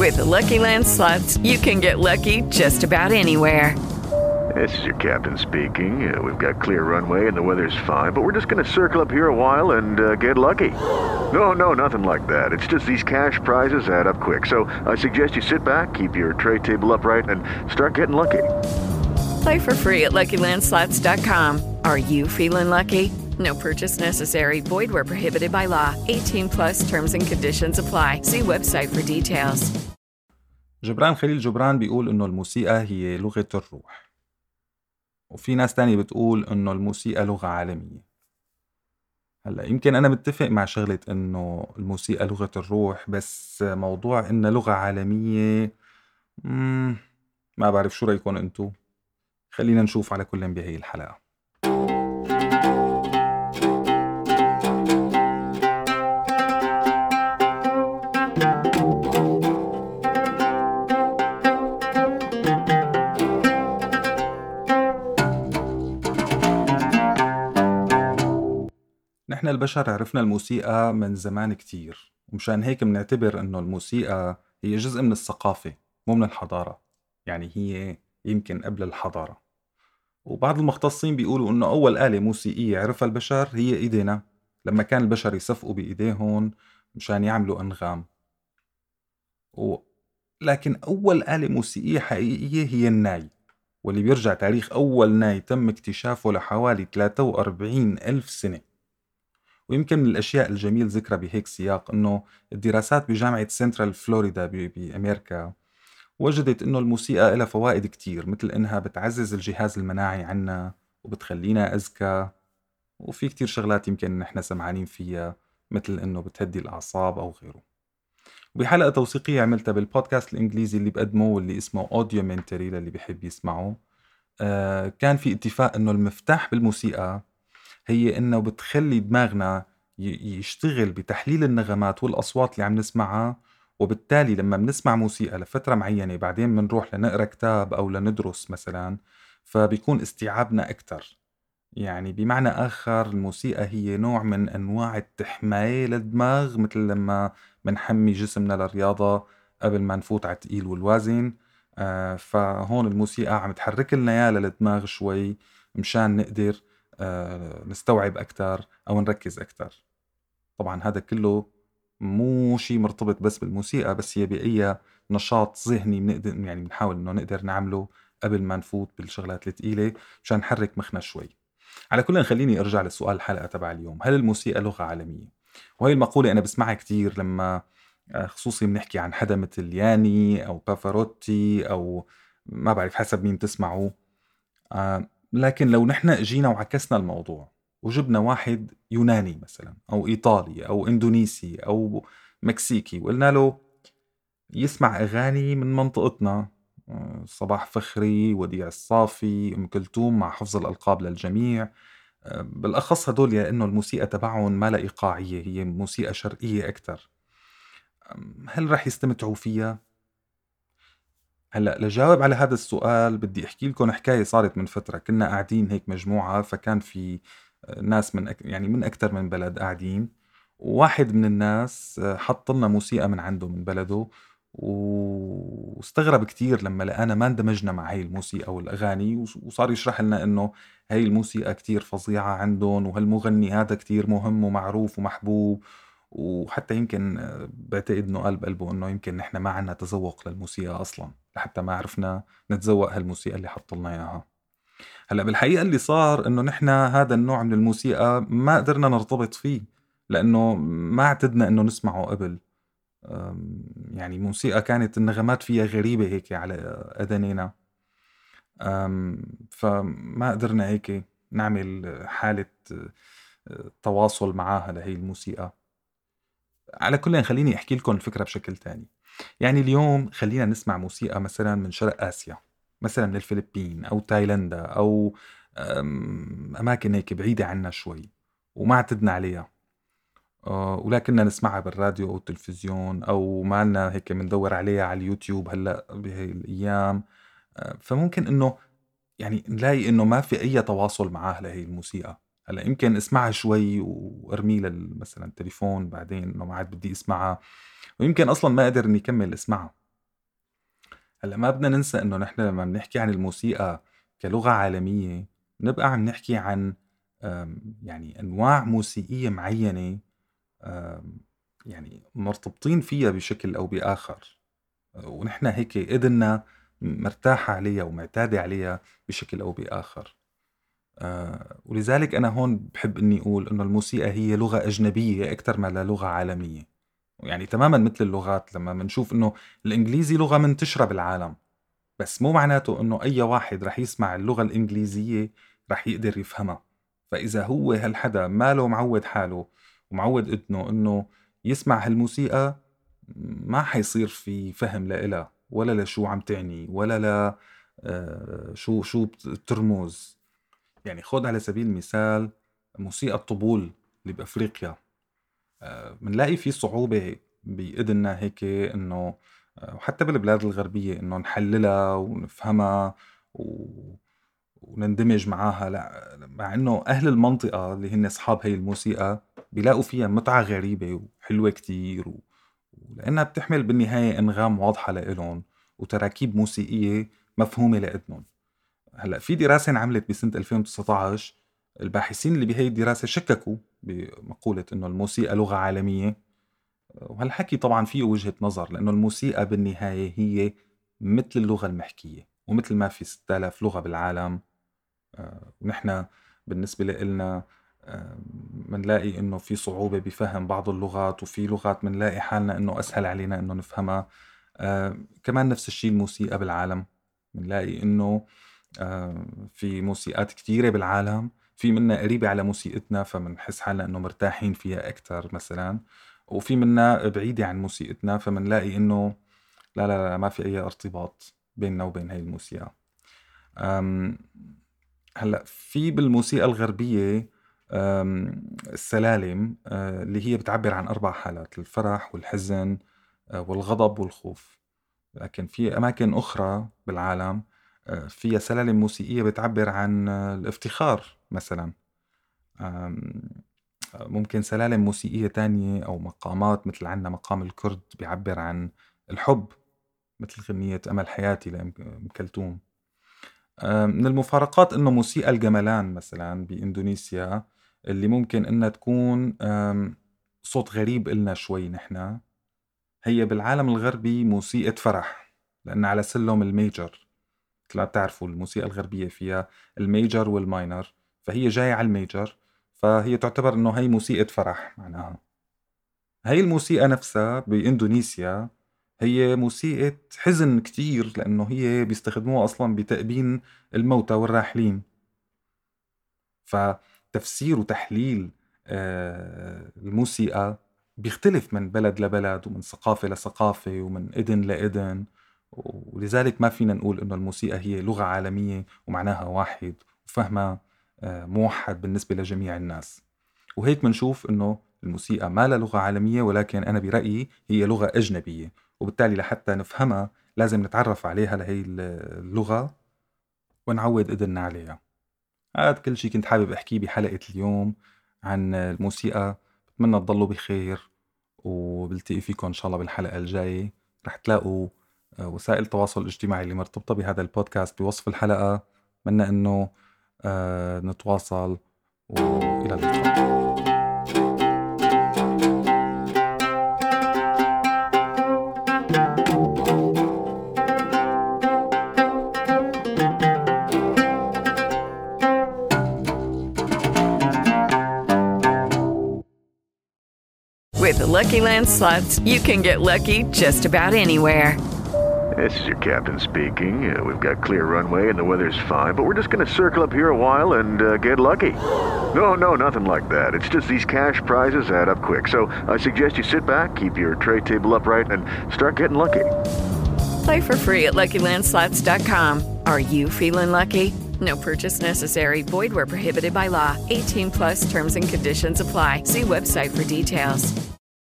With the Lucky Land Slots, you can get lucky just about anywhere. This is your captain speaking. We've got clear runway and the weather's fine, but we're just going to circle up here a while and get lucky. No, nothing like that. It's just these cash prizes add up quick. So I suggest you sit back, keep your tray table upright, and start getting lucky. Play for free at LuckyLandSlots.com. Are you feeling lucky? No purchase necessary. Void where prohibited by law. 18 plus terms and conditions apply. See website for details. جبران خليل جبران بيقول إنه الموسيقى هي لغة الروح، وفي ناس تانية بتقول إنه الموسيقى لغة عالمية. هلأ يمكن أنا متفق مع شغلة إنه الموسيقى لغة الروح، بس موضوع إنها لغة عالمية ما بعرف شو رأيكم أنتو. خلينا نشوف على كل بهي الحلقة. نحن البشر عرفنا الموسيقى من زمان كتير، ومشان هيك بنعتبر إنه الموسيقى هي جزء من الثقافة مو من الحضارة، يعني هي يمكن قبل الحضارة. وبعض المختصين بيقولوا إنه أول آلة موسيقية عرفها البشر هي إيدينا، لما كان البشر يصفقوا بإيديهم مشان يعملوا أنغام. لكن أول آلة موسيقية حقيقية هي الناي، واللي بيرجع تاريخ أول ناي تم اكتشافه لحوالي 43 ألف سنة. ويمكن من الأشياء الجميل ذكرها بهيك سياق إنه الدراسات بجامعة سنترال فلوريدا بأمريكا وجدت إنه الموسيقى لها فوائد كتير، مثل إنها بتعزز الجهاز المناعي عنا وبتخلينا أذكى، وفي كتير شغلات يمكن نحن سمعانين فيها مثل إنه بتهدي الأعصاب أو غيره. وبحلقة توثيقية عملتها بالبودكاست الإنجليزي اللي بقدمه واللي اسمه أوديومنتري للي بيحب يسمعه، كان في اتفاق إنه المفتاح بالموسيقى هي إنه بتخلي دماغنا يشتغل بتحليل النغمات والأصوات اللي عم نسمعها، وبالتالي لما بنسمع موسيقى لفترة معينة بعدين بنروح لنقرأ كتاب أو لندرس مثلا، فبيكون استيعابنا أكتر. يعني بمعنى آخر الموسيقى هي نوع من أنواع التحماية للدماغ، مثل لما بنحمي جسمنا للرياضة قبل ما نفوت على التقيل والوازن. فهون الموسيقى عم تحرك لنا يا للدماغ شوي مشان نقدر نستوعب أكتر أو نركز أكتر. طبعا هذا كله مو شيء مرتبط بس بالموسيقى، بس هي بأي نشاط ذهني بنقدر يعني بنحاول إنه نقدر نعمله قبل ما نفوت بالشغلات الثقيلة مشان نحرك مخنا شوي. على كل خليني أرجع لسؤال الحلقة تبع اليوم، هل الموسيقى لغة عالمية؟ وهي المقولة أنا بسمعها كتير لما خصوصي بنحكي عن حدا مثل ياني أو بافاروتي أو ما بعرف حسب مين تسمعوا. لكن لو نحن جينا وعكسنا الموضوع وجبنا واحد يوناني مثلا أو إيطالي أو إندونيسي أو مكسيكي وقلنا له يسمع أغاني من منطقتنا، صباح فخري، وديع الصافي، أم كلثوم مع حفظ الألقاب للجميع، بالأخص هدول لأنه الموسيقى تبعهم ما لا إيقاعية، هي موسيقى شرقية أكتر، هل رح يستمتعوا فيها؟ هلأ لجاوب على هذا السؤال بدي أحكي لكم حكاية صارت من فترة. كنا قاعدين هيك مجموعة، فكان في ناس يعني من أكتر من بلد قاعدين، وواحد من الناس حط لنا موسيقى من عنده من بلده، واستغرب كتير لما لقانا ما اندمجنا مع هاي الموسيقى والأغاني، وصار يشرح لنا إنه هاي الموسيقى كتير فظيعة عندهم، وهالمغني هذا كتير مهم ومعروف ومحبوب. وحتى يمكن بعتقد إنه قال بقلبه إنه يمكن نحن ما عنا تذوق للموسيقى أصلاً لحتى ما عرفنا نتذوق هالموسيقى اللي حط لنا إياها. هلأ بالحقيقة اللي صار إنه نحن هذا النوع من الموسيقى ما قدرنا نرتبط فيه لأنه ما اعتدنا إنه نسمعه قبل. يعني موسيقى كانت النغمات فيها غريبة هيك على أذنينا، فما قدرنا هيك نعمل حالة تواصل معاها لهي الموسيقى. على كل خليني أحكي لكم الفكرة بشكل تاني. يعني اليوم خلينا نسمع موسيقى مثلا من شرق آسيا، مثلا من الفلبين أو تايلندا أو أماكن هيك بعيدة عنا شوي وما اعتدنا عليها، ولكننا نسمعها بالراديو أو التلفزيون أو ما لنا هيك مندور عليها على اليوتيوب هلأ بهي الأيام. فممكن إنه يعني نلاقي إنه ما في أي تواصل معاه لهي الموسيقى. هلا يمكن اسمعها شوي وارمي مثلا التليفون بعدين إنه ما عاد بدي اسمعها، ويمكن أصلا ما قدر إني كمل اسمعها. هلأ ما بدنا ننسى إنه نحن لما بنحكي عن الموسيقى كلغة عالمية نبقى عم نحكي عن يعني أنواع موسيقية معينة يعني مرتبطين فيها بشكل أو بآخر، ونحن هيك إذننا مرتاح عليها ومعتادة عليها بشكل أو بآخر. ولذلك أنا هون بحب إني أقول إنه الموسيقى هي لغة أجنبية أكثر ما لغة عالمية. يعني تماما مثل اللغات، لما منشوف إنه الإنجليزي لغة منتشرة بالعالم، بس مو معناته إنه أي واحد رح يسمع اللغة الإنجليزية رح يقدر يفهمها. فإذا هو هالحدا ماله معود حاله ومعود إذنه إنه يسمع هالموسيقى، ما حيصير في فهم لإلها ولا لشو عم تعني ولا لا شو بترمز. يعني خد على سبيل المثال موسيقى الطبول اللي بأفريقيا، منلاقي في صعوبة بإذننا هيك إنه وحتى بالبلاد الغربية إنه نحللها ونفهمها ونندمج معاها. لا، مع إنه أهل المنطقة اللي هن أصحاب هاي الموسيقى بيلاقوا فيها متعة غريبة وحلوة كتير، ولأنها بتحمل بالنهاية أنغام واضحة لإلهم وتراكيب موسيقية مفهومة لإذنهم. هلأ في دراسة انعملت بسنة 2019، الباحثين اللي بهي الدراسة شككوا بمقولة إنه الموسيقى لغة عالمية، وهالحكي طبعا فيه وجهة نظر، لأنه الموسيقى بالنهاية هي مثل اللغة المحكية، ومثل ما في 6000 لغة بالعالم، ونحن بالنسبة لنا منلاقي إنه في صعوبة بفهم بعض اللغات، وفي لغات منلاقي حالنا إنه أسهل علينا إنه نفهمها. كمان نفس الشيء الموسيقى بالعالم، منلاقي إنه في موسيقات كتيرة بالعالم في منها قريبة على موسيقتنا فمنحس حالنا إنه مرتاحين فيها أكتر مثلا، وفي منها بعيدة عن موسيقتنا فمنلاقي إنه لا ما في أي ارتباط بيننا وبين هاي الموسيقى. هلأ في بالموسيقى الغربية السلالم اللي هي بتعبر عن 4 حالات: الفرح والحزن والغضب والخوف. لكن في أماكن أخرى بالعالم فيها سلالم موسيقية بتعبر عن الافتخار مثلا. ممكن سلالم موسيقية تانية أو مقامات مثل عنا مقام الكرد بيعبر عن الحب، مثل غنية أمل حياتي لأم كلثوم. من المفارقات إنه موسيقى الجملان مثلا بإندونيسيا اللي ممكن إنها تكون صوت غريب إلنا شوي نحنا، هي بالعالم الغربي موسيقى فرح، لأن على سلم الميجر. مثل ما بتعرفوا الموسيقى الغربية فيها الميجر والماينر، فهي جاية على الميجر، فهي تعتبر إنه هي موسيقى فرح. معناها هاي الموسيقى نفسها بإندونيسيا هي موسيقى حزن كتير، لأنه هي بيستخدموها أصلا بتأبين الموتى والراحلين. فتفسير وتحليل الموسيقى بيختلف من بلد لبلد ومن ثقافة لثقافة ومن إذن لإذن، ولذلك ما فينا نقول إنه الموسيقى هي لغة عالمية ومعناها واحد وفهمها موحد بالنسبة لجميع الناس. وهيك منشوف إنه الموسيقى ما لها لغة عالمية، ولكن أنا برأيي هي لغة أجنبية، وبالتالي لحتى نفهمها لازم نتعرف عليها لهي اللغة ونعود إذننا عليها. هذا كل شيء كنت حابب أحكيه بحلقة اليوم عن الموسيقى. بتمنى تضلوا بخير، وبلتقي فيكم إن شاء الله بالحلقة الجاية. رح تلاقوا وسائل التواصل الاجتماعي اللي مرتبطة بهذا البودكاست بوصف الحلقة. أتمنى أنه نتواصل، وإلى اللقاء. With the Lucky Land Slots, you can get lucky just about anywhere. This is your captain speaking. We've got clear runway and the weather's fine, but we're just going to circle up here a while and get lucky. No, nothing like that. It's just these cash prizes add up quick. So I suggest you sit back, keep your tray table upright, and start getting lucky. Play for free at LuckyLandSlots.com. Are you feeling lucky? No purchase necessary. Void where prohibited by law. 18+ terms and conditions apply. See website for details.